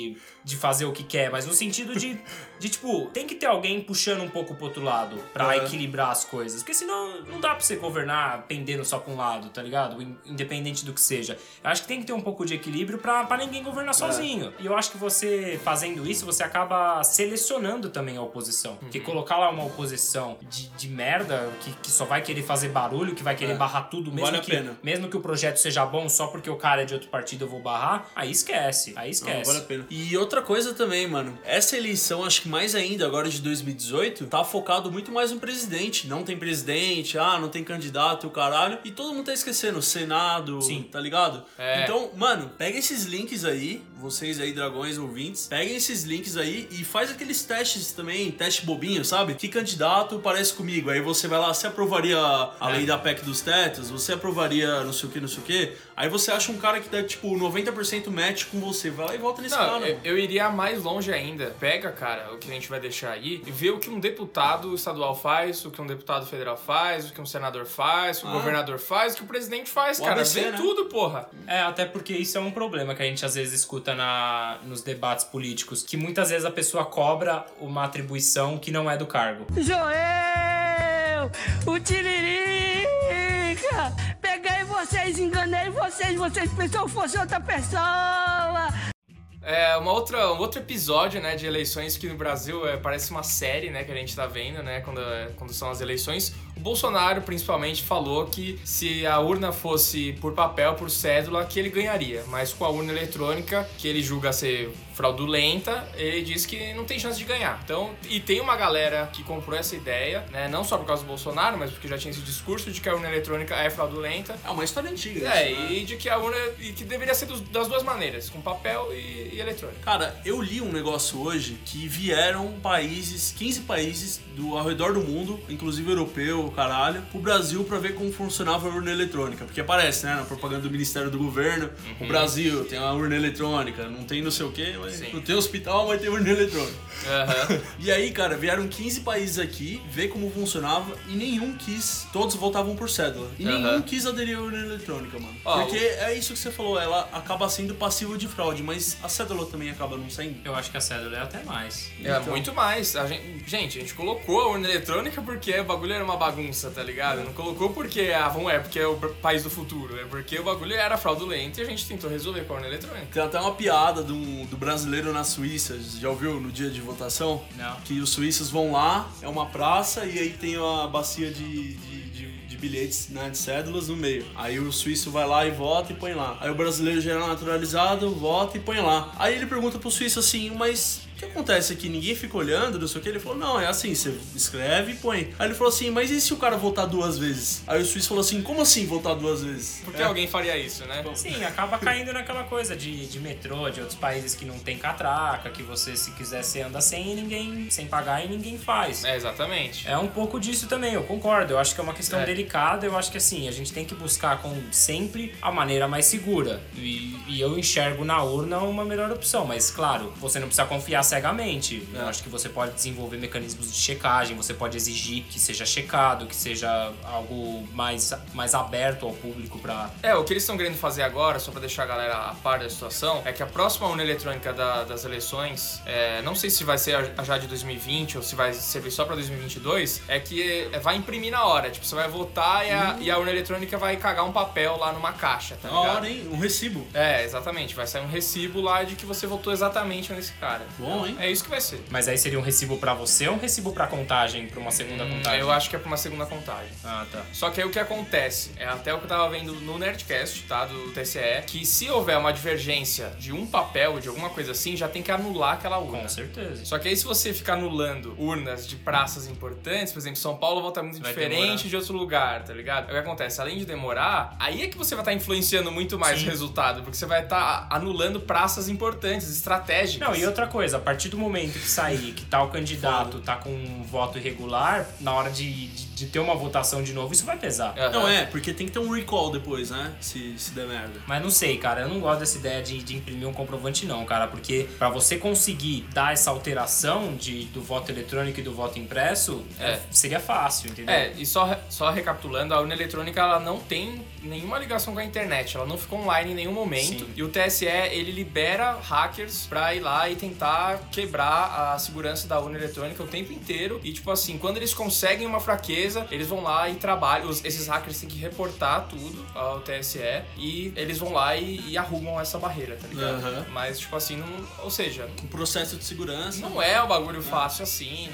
de fazer o que quer, mas no sentido de tipo, tem que ter alguém puxando um pouco pro outro lado pra equilibrar as coisas. Porque senão não dá pra você governar pendendo só pra um lado, tá ligado? Independente do que seja. Eu acho que tem que ter um pouco de equilíbrio pra ninguém governar sozinho. E eu acho que você, fazendo isso, você acaba selecionando também a oposição. Porque colocar lá uma oposição de merda, que só vai querer fazer barulho, que vai querer barrar tudo, mesmo que o projeto seja bom, só porque o cara é de outro partido eu vou barrar, aí esquece. Não vale a pena. E outra coisa também, mano, essa eleição, acho que mais ainda, agora de 2018, tá focado muito mais no presidente. Não tem presidente, não tem candidato e o caralho. E todo mundo tá esquecendo, o Senado, tá ligado? Então, mano, pega esses links aí, vocês aí, dragões ouvintes, peguem esses links aí e faz aqueles testes também, teste bobinho, sabe? Que candidato parece comigo? Aí você vai lá, você aprovaria a lei da PEC dos tetos? Você aprovaria não sei o que? Aí você acha um cara que dá, tipo, 90% match com você. Vai lá e volta nesse cara. Eu iria mais longe ainda. Pega, cara, o que a gente vai deixar aí e vê o que um deputado estadual faz, o que um deputado federal faz, o que um senador faz, o que o governador faz, o que o presidente faz, cara. ABC, vê tudo, porra. Até porque isso é um problema que a gente às vezes escuta nos debates políticos, que muitas vezes a pessoa cobra uma atribuição que não é do cargo. Joel, o Tiririca, peguei vocês, enganei vocês pensou que fosse outra pessoa. Um outro episódio, né, de eleições que no Brasil parece uma série, né, que a gente tá vendo, né, quando são as eleições. O Bolsonaro, principalmente, falou que se a urna fosse por papel, por cédula, que ele ganharia. Mas com a urna eletrônica, que ele julga ser fraudulenta, ele diz que não tem chance de ganhar. Então, e tem uma galera que comprou essa ideia, né, não só por causa do Bolsonaro, mas porque já tinha esse discurso de que a urna eletrônica é fraudulenta. É uma história antiga. E de que a urna, e que deveria ser das duas maneiras, com papel e eletrônica. Cara, eu li um negócio hoje que vieram 15 países ao redor do mundo, inclusive europeu, caralho, pro Brasil pra ver como funcionava a urna eletrônica. Porque aparece, né, na propaganda do Ministério do Governo, o Brasil tem uma urna eletrônica, não tem não sei o quê, mas não tem hospital, mas tem urna eletrônica. E aí, cara, vieram 15 países aqui ver como funcionava e nenhum quis, todos votavam por cédula. E nenhum quis aderir à urna eletrônica, mano. Porque é isso que você falou, ela acaba sendo passiva de fraude, mas a cédula também acaba não saindo. Eu acho que a cédula é até mais. Muito mais. A gente colocou a urna eletrônica porque o bagulho era uma bagunça, tá ligado? Não colocou porque porque é o país do futuro. É porque o bagulho era fraudulento e a gente tentou resolver com a urna eletrônica. Tem até uma piada do brasileiro na Suíça. Já ouviu no dia de votação? Não. Que os suíços vão lá, é uma praça e aí tem uma bacia de bilhetes, né, de cédulas no meio. Aí o suíço vai lá e vota e põe lá. Aí o brasileiro já é naturalizado, vota e põe lá. Aí ele pergunta pro suíço assim, mas o que acontece aqui? Ninguém fica olhando, não sei o que. Ele falou, não, é assim, você escreve e põe. Aí ele falou assim, mas e se o cara votar 2 vezes? Aí o suíço falou assim, como assim votar 2 vezes? Porque alguém faria isso, né? Sim, acaba caindo naquela coisa de metrô, de outros países que não tem catraca, que você, se quiser, você anda sem pagar e ninguém faz. Exatamente. É um pouco disso também, eu concordo. Eu acho que é uma questão delicada. Eu acho que, assim, a gente tem que buscar sempre a maneira mais segura. E eu enxergo na urna uma melhor opção. Mas, claro, você não precisa confiar cegamente. Eu acho que você pode desenvolver mecanismos de checagem, você pode exigir que seja checado, que seja algo mais aberto ao público pra... O que eles estão querendo fazer agora, só pra deixar a galera a par da situação, é que a próxima urna eletrônica das eleições, não sei se vai ser a já de 2020 ou se vai servir só pra 2022, é que vai imprimir na hora. Tipo, você vai votar e a urna eletrônica vai cagar um papel lá numa caixa, tá ligado? Na hora, hein? Um recibo. Exatamente. Vai sair um recibo lá de que você votou exatamente nesse cara. Bom, hein? É isso que vai ser. Mas aí seria um recibo pra você ou um recibo pra contagem, pra uma segunda contagem? Eu acho que é pra uma segunda contagem. Ah, tá. Só que aí o que acontece, até o que eu tava vendo no Nerdcast, tá, do TCE, que se houver uma divergência de um papel, de alguma coisa assim, já tem que anular aquela urna. Com certeza. Só que aí se você ficar anulando urnas de praças importantes, por exemplo, São Paulo vota muito diferente de outro lugar, tá ligado? O que acontece? Além de demorar, aí é que você vai estar influenciando muito mais o resultado, porque você vai estar anulando praças importantes, estratégicas. Não, e outra coisa, a partir do momento que sair que tal candidato tá com um voto irregular, na hora de ter uma votação de novo, isso vai pesar. Não, porque tem que ter um recall depois, né? Se der merda. Mas não sei, cara, eu não gosto dessa ideia de imprimir um comprovante não, cara, porque pra você conseguir dar essa alteração do voto eletrônico e do voto impresso, seria fácil, entendeu? E só recapitulando, a urna eletrônica ela não tem nenhuma ligação com a internet, ela não ficou online em nenhum momento. Sim. E o TSE, ele libera hackers pra ir lá e tentar quebrar a segurança da urna eletrônica o tempo inteiro. E, tipo assim, quando eles conseguem uma fraqueza, eles vão lá e trabalham. Esses hackers têm que reportar tudo ao TSE e eles vão lá e arrumam essa barreira, tá ligado? Uhum. Mas, tipo assim, não, ou seja... O processo de segurança... Não é um bagulho fácil assim,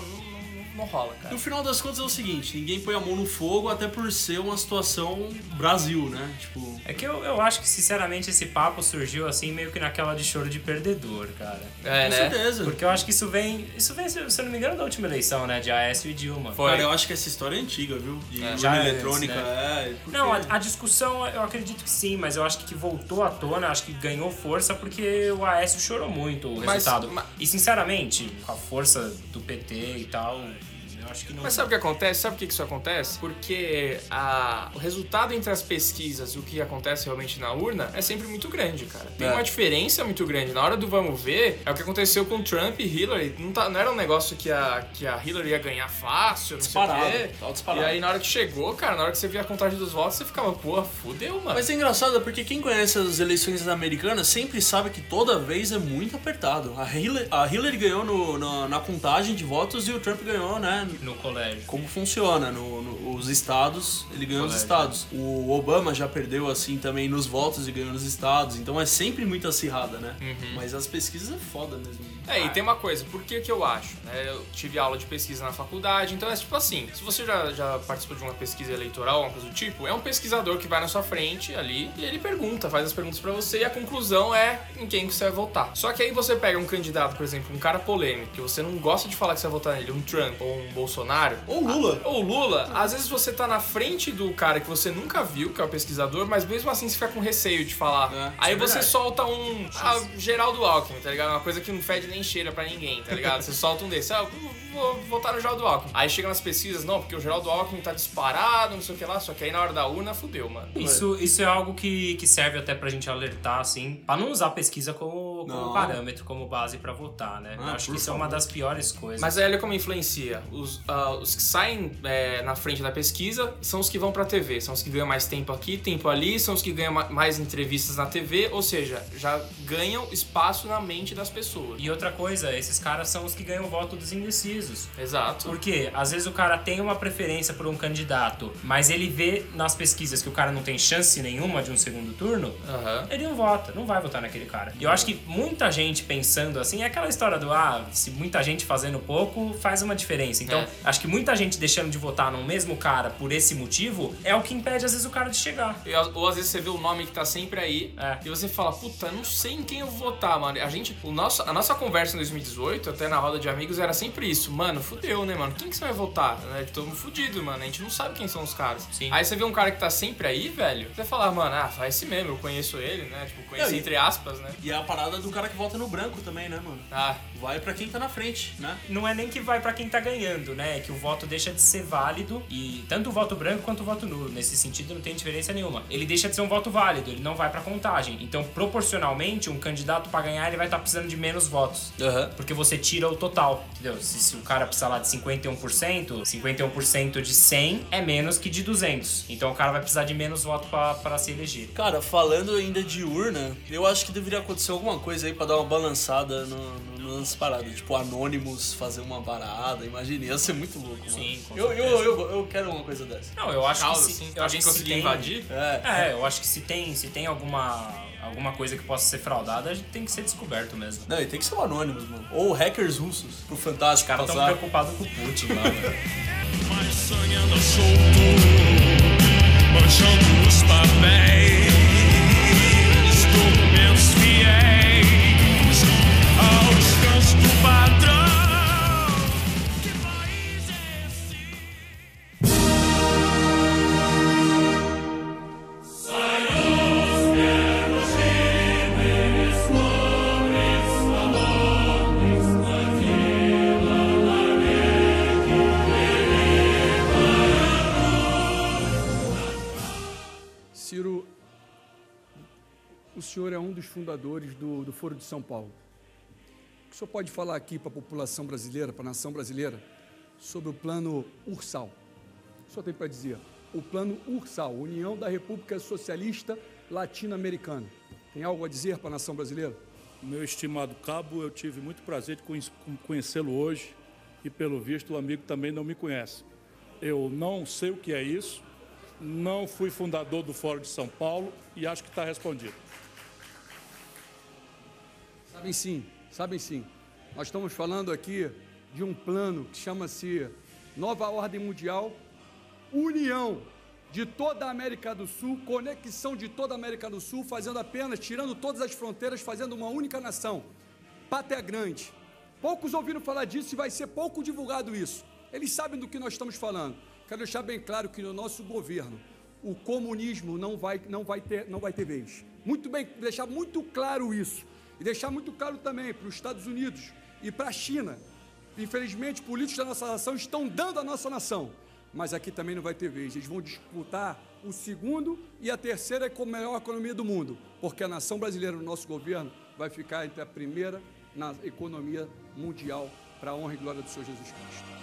não rola, cara. No final das contas é o seguinte, ninguém põe a mão no fogo, até por ser uma situação Brasil, né? Tipo... É que eu acho que, sinceramente, esse papo surgiu assim, meio que naquela de choro de perdedor, cara. É, com certeza. Porque eu acho que isso vem, se eu não me engano, da última eleição, né? De Aécio e Dilma. Foi. Cara, eu acho que essa história é antiga, viu? De urna eletrônica, né? Porque... Não, a discussão, eu acredito que sim, mas eu acho que voltou à tona, acho que ganhou força porque o Aécio chorou muito o resultado. E, sinceramente, com a força do PT e tal... Acho que não... Mas sabe o que acontece? Sabe por que isso acontece? Porque o resultado entre as pesquisas e o que acontece realmente na urna é sempre muito grande, cara. Tem uma diferença muito grande. Na hora do vamos ver, é o que aconteceu com Trump e Hillary. Não era um negócio que a Hillary ia ganhar fácil, não disparado, sei o quê. Disparado. E aí na hora que chegou, cara, na hora que você via a contagem dos votos, você ficava, pô, fudeu, mano. Mas é engraçado porque quem conhece as eleições americanas sempre sabe que toda vez é muito apertado. A Hillary ganhou na contagem de votos e o Trump ganhou, né? No colégio. Como funciona os estados, ele ganhou nos estados. O Obama já perdeu assim também nos votos e ganhou nos estados, então é sempre muito acirrada, né? Uhum. Mas as pesquisas é foda mesmo. E tem uma coisa, por que eu acho? Eu tive aula de pesquisa na faculdade, então é tipo assim, se você já participou de uma pesquisa eleitoral, uma coisa do tipo, é um pesquisador que vai na sua frente ali e ele pergunta, faz as perguntas pra você e a conclusão é em quem você vai votar. Só que aí você pega um candidato, por exemplo, um cara polêmico, que você não gosta de falar que você vai votar nele, um Trump ou um Bolsonaro, ou Lula, às vezes você tá na frente do cara que você nunca viu, que é o pesquisador, mas mesmo assim você fica com receio de falar. Aí você solta Geraldo Alckmin, tá ligado? Uma coisa que não fede nem cheira pra ninguém, tá ligado? Você solta um desse, eu vou votar no Geraldo Alckmin. Aí chega nas pesquisas, não, porque o Geraldo Alckmin tá disparado, não sei o que lá, só que aí na hora da urna, fudeu, mano. Isso é algo que serve até pra gente alertar, assim, pra não usar a pesquisa como parâmetro, como base pra votar, né? Acho que isso é uma das piores coisas. Mas aí olha como influencia. Os que saem na frente da pesquisa são os que vão pra TV, são os que ganham mais tempo aqui, tempo ali, são os que ganham mais entrevistas na TV, ou seja, já ganham espaço na mente das pessoas. E outra coisa, esses caras são os que ganham o voto dos indecisos. Exato. Porque às vezes o cara tem uma preferência por um candidato, mas ele vê nas pesquisas que o cara não tem chance nenhuma de um segundo turno, ele não vota, não vai votar naquele cara. E eu acho que muita gente pensando assim, é aquela história do se muita gente fazendo pouco, faz uma diferença. Então, acho que muita gente deixando de votar no mesmo cara por esse motivo é o que impede às vezes o cara de chegar. Ou às vezes você vê o nome que tá sempre aí e você fala, puta, não sei em quem eu vou votar, mano. A nossa conversa em 2018, até na roda de amigos, era sempre isso. Mano, fudeu, né, mano? Quem que você vai votar? Estamos fudidos, mano. A gente não sabe quem são os caras. Sim. Aí você vê um cara que tá sempre aí, velho, você fala, mano, faz esse mesmo, eu conheço ele, né? Tipo, conheço entre aspas, né? E é a parada do cara que vota no branco também, né, mano? Vai pra quem tá na frente, né? Não é nem que vai pra quem tá ganhando, né? É que o voto deixa de ser válido e tanto o voto branco quanto o voto nulo. Nesse sentido, não tem diferença nenhuma. Ele deixa de ser um voto válido, ele não vai pra contagem. Então, proporcionalmente, um candidato pra ganhar, ele vai estar precisando de menos votos. Porque você tira o total, entendeu? Se o cara precisar lá de 51% de 100 é menos que de 200. Então, o cara vai precisar de menos votos pra se eleger. Cara, falando ainda de urna, eu acho que deveria acontecer alguma coisa aí pra dar uma balançada nas paradas. Tipo, Anonymous fazer uma parada. Imagina, ia ser muito louco, mano. Sim, eu quero uma coisa dessa. Não, eu acho que sim. Alguém conseguir invadir? Eu acho que se tem alguma coisa que possa ser fraudada, a gente tem que ser descoberto mesmo. Não, e tem que ser o Anonymous, mano. Ou hackers russos, pro Fantástico. Os caras tão preocupados com o Putin, mano. Mas sangue anda solto, manchando os papéis, documentos fiéis ao descanso do patrão. Que país é esse? Ciro, o senhor é um dos fundadores do Foro de São Paulo. O que o senhor pode falar aqui para a população brasileira, para a nação brasileira, sobre o plano Ursal? O que o senhor tem para dizer? o plano URSAL, União da República Socialista Latino-Americana. Tem algo a dizer para a nação brasileira? Meu estimado cabo, eu tive muito prazer de conhecê-lo hoje e, pelo visto, o amigo também não me conhece. Eu não sei o que é isso, não fui fundador do Fórum de São Paulo e acho que está respondido. Sabem sim. Nós estamos falando aqui de um plano que chama-se Nova Ordem Mundial, união de toda a América do Sul, conexão de toda a América do Sul, tirando todas as fronteiras, fazendo uma única nação, pátria grande. Poucos ouviram falar disso e vai ser pouco divulgado isso. Eles sabem do que nós estamos falando. Quero deixar bem claro que no nosso governo, o comunismo não vai ter vez. Muito bem, deixar muito claro isso. E deixar muito claro também para os Estados Unidos e para a China. Infelizmente, políticos da nossa nação estão dando a nossa nação. Mas aqui também não vai ter vez. Eles vão disputar o segundo e a terceira com a melhor economia do mundo. Porque a nação brasileira, no nosso governo, vai ficar entre a primeira na economia mundial, para a honra e glória do Senhor Jesus Cristo.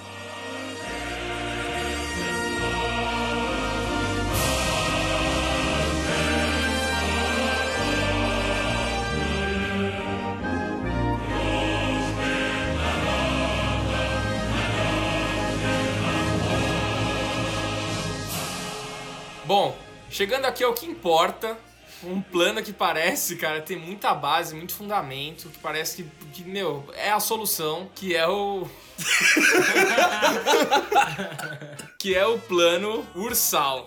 Bom, chegando aqui ao que importa, um plano que parece, cara, ter muita base, muito fundamento, que parece que meu, é a solução, que é o... que é o plano URSAL.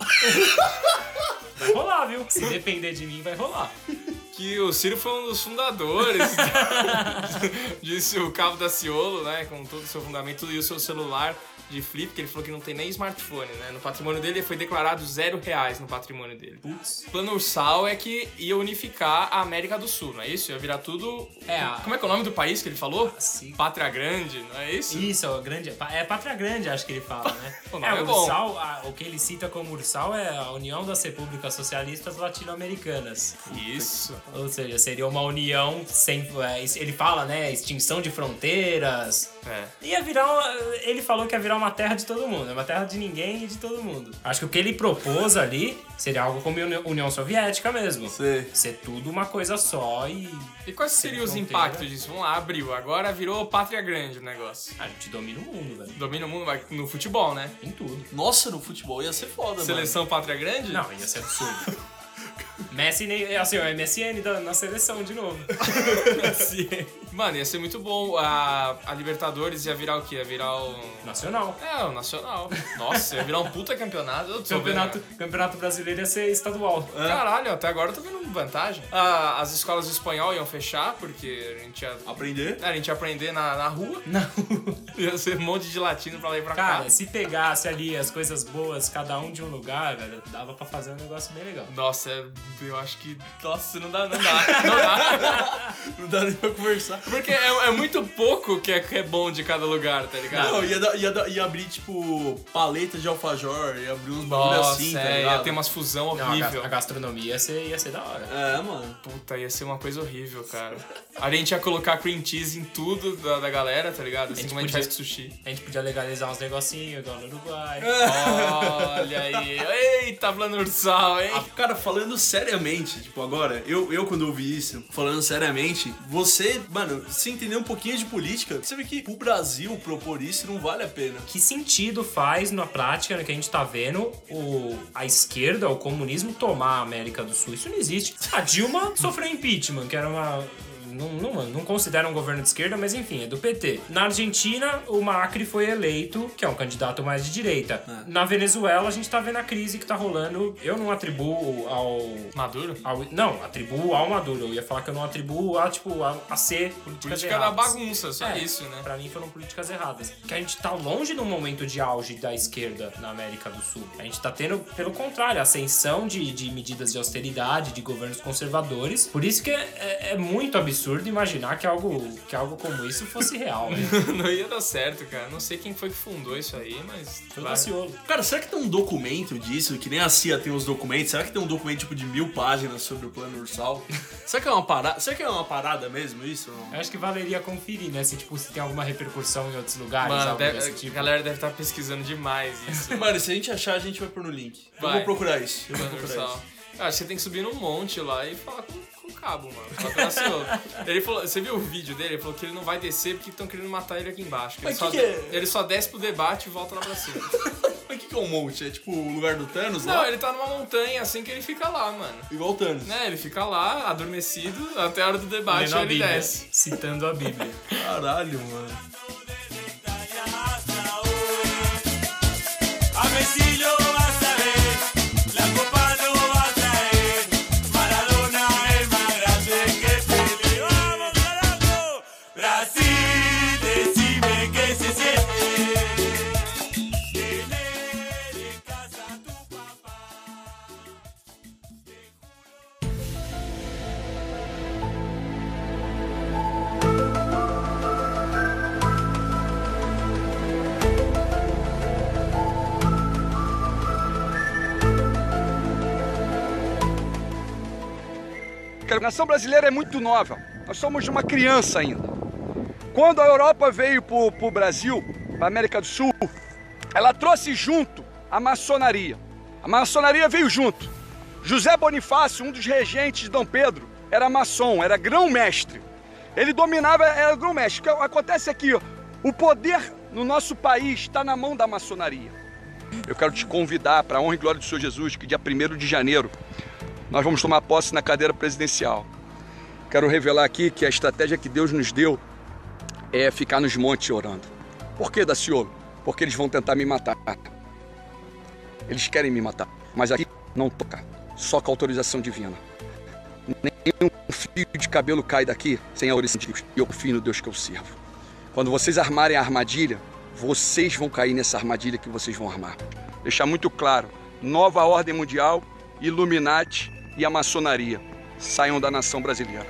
Vai rolar, viu? Se depender de mim, vai rolar. Que o Ciro foi um dos fundadores, disse o Cabo Daciolo, né, com todo o seu fundamento e o seu celular de flip, que ele falou que não tem nem smartphone, né? No patrimônio dele foi declarado R$0 no patrimônio dele. Putz. O plano URSAL é que ia unificar a América do Sul, não é isso? Ia virar tudo... Como é que é o nome do país que ele falou? Sim. Pátria Grande, não é isso? Isso, é Pátria Grande, acho que ele fala, né? O nome é bom. URSAL, o que ele cita como URSAL é a União das Repúblicas Socialistas Latino-Americanas. Isso. Ou seja, seria uma união sem... ele fala, né? Extinção de fronteiras. Ia virar... Ele falou que ia virar uma terra de todo mundo. É uma terra de ninguém e de todo mundo. Acho que o que ele propôs ali seria algo como a União Soviética mesmo. Sim. Ser tudo uma coisa só e... E quais seriam os impactos disso? Vamos lá, abriu. Agora virou Pátria Grande o negócio. A gente domina o mundo, velho. Domina o mundo no futebol, né? Em tudo. Nossa, no futebol ia ser foda, Seleção Pátria Grande? Não, ia ser absurdo. Messi, assim, o MSN na seleção de novo. Mano, ia ser muito bom. A Libertadores ia virar o quê? Ia virar o... Nacional. É, o Nacional. Nossa, ia virar um puta campeonato. Campeonato brasileiro ia ser estadual. Caralho, até agora eu tô vendo vantagem. As escolas de espanhol iam fechar, porque a gente ia... Aprender? A gente ia aprender na rua. Na rua. Ia ser um monte de latino pra lá e pra cá. Cara, se pegasse ali as coisas boas, cada um de um lugar, velho, dava pra fazer um negócio bem legal. Nossa, eu acho que... Nossa, não dá. Não dá nem pra conversar. Porque é muito pouco que é bom de cada lugar, tá ligado? Não, ia abrir, tipo, paleta de alfajor, ia abrir uns bagulho assim, tá ligado? Ia ter umas fusão horrível. A gastronomia ia ser da hora. É, mano. Puta, ia ser uma coisa horrível, cara. A gente ia colocar cream cheese em tudo da galera, tá ligado? Assim como a gente faz com sushi. A gente podia legalizar uns negocinhos, igual no Uruguai. Olha aí. Eita, plano URSAL, hein? Cara, falando seriamente, tipo, agora, eu quando ouvi isso, falando seriamente, você, mano, se entender um pouquinho de política, você vê que o Brasil propor isso não vale a pena. Que sentido faz na prática, né, que a gente tá vendo a esquerda, o comunismo tomar a América do Sul? Isso não existe. A Dilma sofreu impeachment, que era uma... Não considera um governo de esquerda, mas enfim, é do PT. Na Argentina, o Macri foi eleito, que é um candidato mais de direita. Na Venezuela, a gente tá vendo a crise que tá rolando. Eu não atribuo ao... Maduro? Não, atribuo ao Maduro. Eu ia falar que eu não atribuo a ser políticas erradas. Da bagunça, só isso, né? Pra mim foram políticas erradas. Que a gente tá longe de um momento de auge da esquerda na América do Sul. A gente tá tendo, pelo contrário, ascensão de medidas de austeridade, de governos conservadores. Por isso que é muito absurdo absurdo imaginar que algo como isso fosse real, né? Não ia dar certo, cara. Não sei quem foi que fundou isso aí, mas... Foi o Daciolo. Cara, será que tem um documento disso? Que nem a CIA tem os documentos. Será que tem um documento tipo de 1000 páginas sobre o plano Ursal? Será que é uma parada? Será que é uma parada mesmo isso? Eu acho que valeria conferir, né? Se tem alguma repercussão em outros lugares. Mano, tipo. a galera deve estar pesquisando demais isso. Mano, se a gente achar, a gente vai pôr no link. Eu Vai. vou procurar isso. Eu vou Plano procurar Ursal. isso. Eu acho que você tem que subir num monte lá e falar com o cabo, mano. Falar com o Daciolo. Ele falou, você viu o vídeo dele? Ele falou que ele não vai descer porque estão querendo matar ele aqui embaixo. Mas Ele só desce pro debate e volta lá pra cima. Mas o que é um monte? É tipo o lugar do Thanos Não, lá? ele tá numa montanha assim que ele fica lá, mano. Igual o Thanos. Né, ele fica lá, adormecido, até a hora do debate Lendo a ele Bíblia, desce. citando a Bíblia. Caralho, mano. A Messi lo vas a ver, la copa no va a traer. Maradona es más grande que Pelé. ¡Vamos, carajo! Brasil, decime qué se siente. Tener en casa a tu papá. A nação brasileira é muito nova. Nós somos uma criança ainda. Quando a Europa veio para o Brasil, para a América do Sul, ela trouxe junto a maçonaria. A maçonaria veio junto. José Bonifácio, um dos regentes de Dom Pedro, era maçom, era grão-mestre. Ele dominava, era grão-mestre. O que acontece aqui, ó, o poder no nosso país está na mão da maçonaria. Eu quero te convidar para a honra e glória do Senhor Jesus, que dia 1º de janeiro, nós vamos tomar posse na cadeira presidencial. Quero revelar aqui que a estratégia que Deus nos deu é ficar nos montes orando. Por que, Daciolo? Porque eles vão tentar me matar. Eles querem me matar. Mas aqui não toca. Só com autorização divina. Nenhum fio de cabelo cai daqui sem a autorização de Deus. E eu confio no Deus que eu sirvo. Quando vocês armarem a armadilha, vocês vão cair nessa armadilha que vocês vão armar. Deixar muito claro. Nova ordem mundial, Illuminati e a maçonaria saiam da nação brasileira.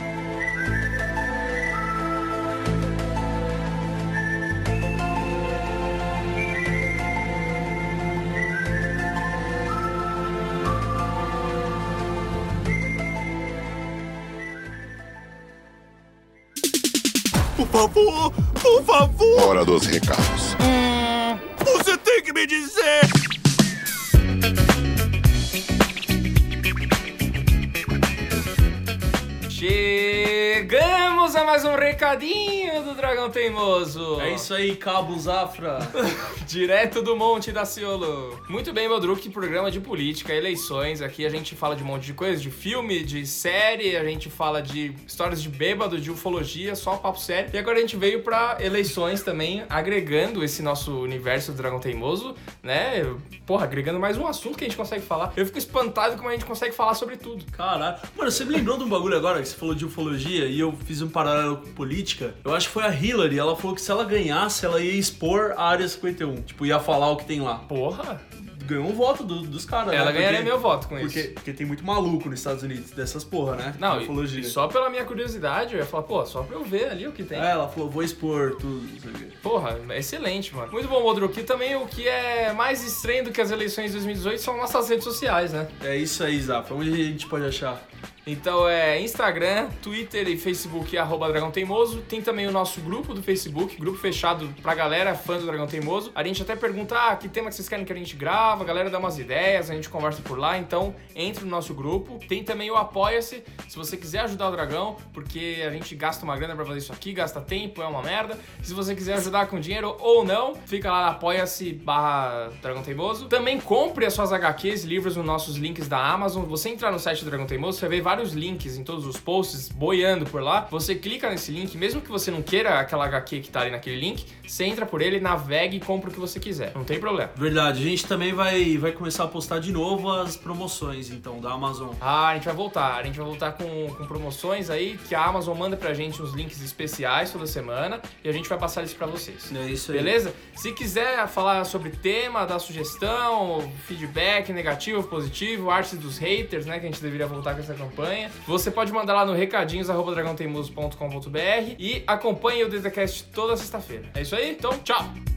Por favor, por favor. Hora dos recados. Você tem que me dizer. Chegamos a mais um recadinho do Dragão Teimoso. É isso aí, Cabo Zafra. Direto do Monte Daciolo. Muito bem, Bodruk, programa de política, eleições. Aqui a gente fala de um monte de coisa, de filme, de série, a gente fala de histórias de bêbado, de ufologia, só papo sério. E agora a gente veio pra eleições também, agregando esse nosso universo do Dragão Teimoso, né? Porra, agregando mais um assunto que a gente consegue falar. Eu fico espantado como a gente consegue falar sobre tudo. Caralho. Mano, você me lembrou de um bagulho agora, que você falou de ufologia, e eu fiz um paralelo com política. Eu acho que foi a Hillary, ela falou que se ela ganhasse, ela ia expor a Área 51. Tipo, ia falar o que tem lá. Porra! Ganhou um voto dos caras, né? Ela ganharia meu voto com isso. Porque tem muito maluco nos Estados Unidos dessas porra, né? Não, ufologia. E só pela minha curiosidade, eu ia falar, pô, só pra eu ver ali o que tem. É, ela falou, vou expor tudo. Porra, excelente, mano. Muito bom, Bodruk. E também o que é mais estranho do que as eleições de 2018 são nossas redes sociais, né? É isso aí, Zafra. Onde a gente pode achar? Então é Instagram, Twitter e Facebook, @Dragão Teimoso. Tem também o nosso grupo do Facebook, grupo fechado pra galera fã do Dragão Teimoso. A gente até pergunta, que tema que vocês querem que a gente grava, a galera dá umas ideias, a gente conversa por lá, então entre no nosso grupo. Tem também o Apoia-se, se você quiser ajudar o Dragão, porque a gente gasta uma grana pra fazer isso aqui, gasta tempo, é uma merda. Se você quiser ajudar com dinheiro ou não, fica lá na Apoia-se/Dragão Teimoso. Também compre as suas HQs, livros nos nossos links da Amazon. Você entrar no site do Dragão Teimoso, você vai ver vários links em todos os posts boiando por lá. Você clica nesse link, mesmo que você não queira aquela HQ que tá ali naquele link, você entra por ele, navega e compra o que você quiser. Não tem problema. Verdade, a gente também vai começar a postar de novo as promoções, então, da Amazon. A gente vai voltar. A gente vai voltar com promoções aí, que a Amazon manda pra gente uns links especiais toda semana e a gente vai passar isso pra vocês. É isso aí. Beleza? Se quiser falar sobre tema, dar sugestão, feedback negativo, positivo, arte dos haters, né, que a gente deveria voltar com essa campanha. campanha. Você pode mandar lá no recadinhos@dragãoteimoso.com.br e acompanhe o DDCast toda sexta-feira. É isso aí? Então, tchau!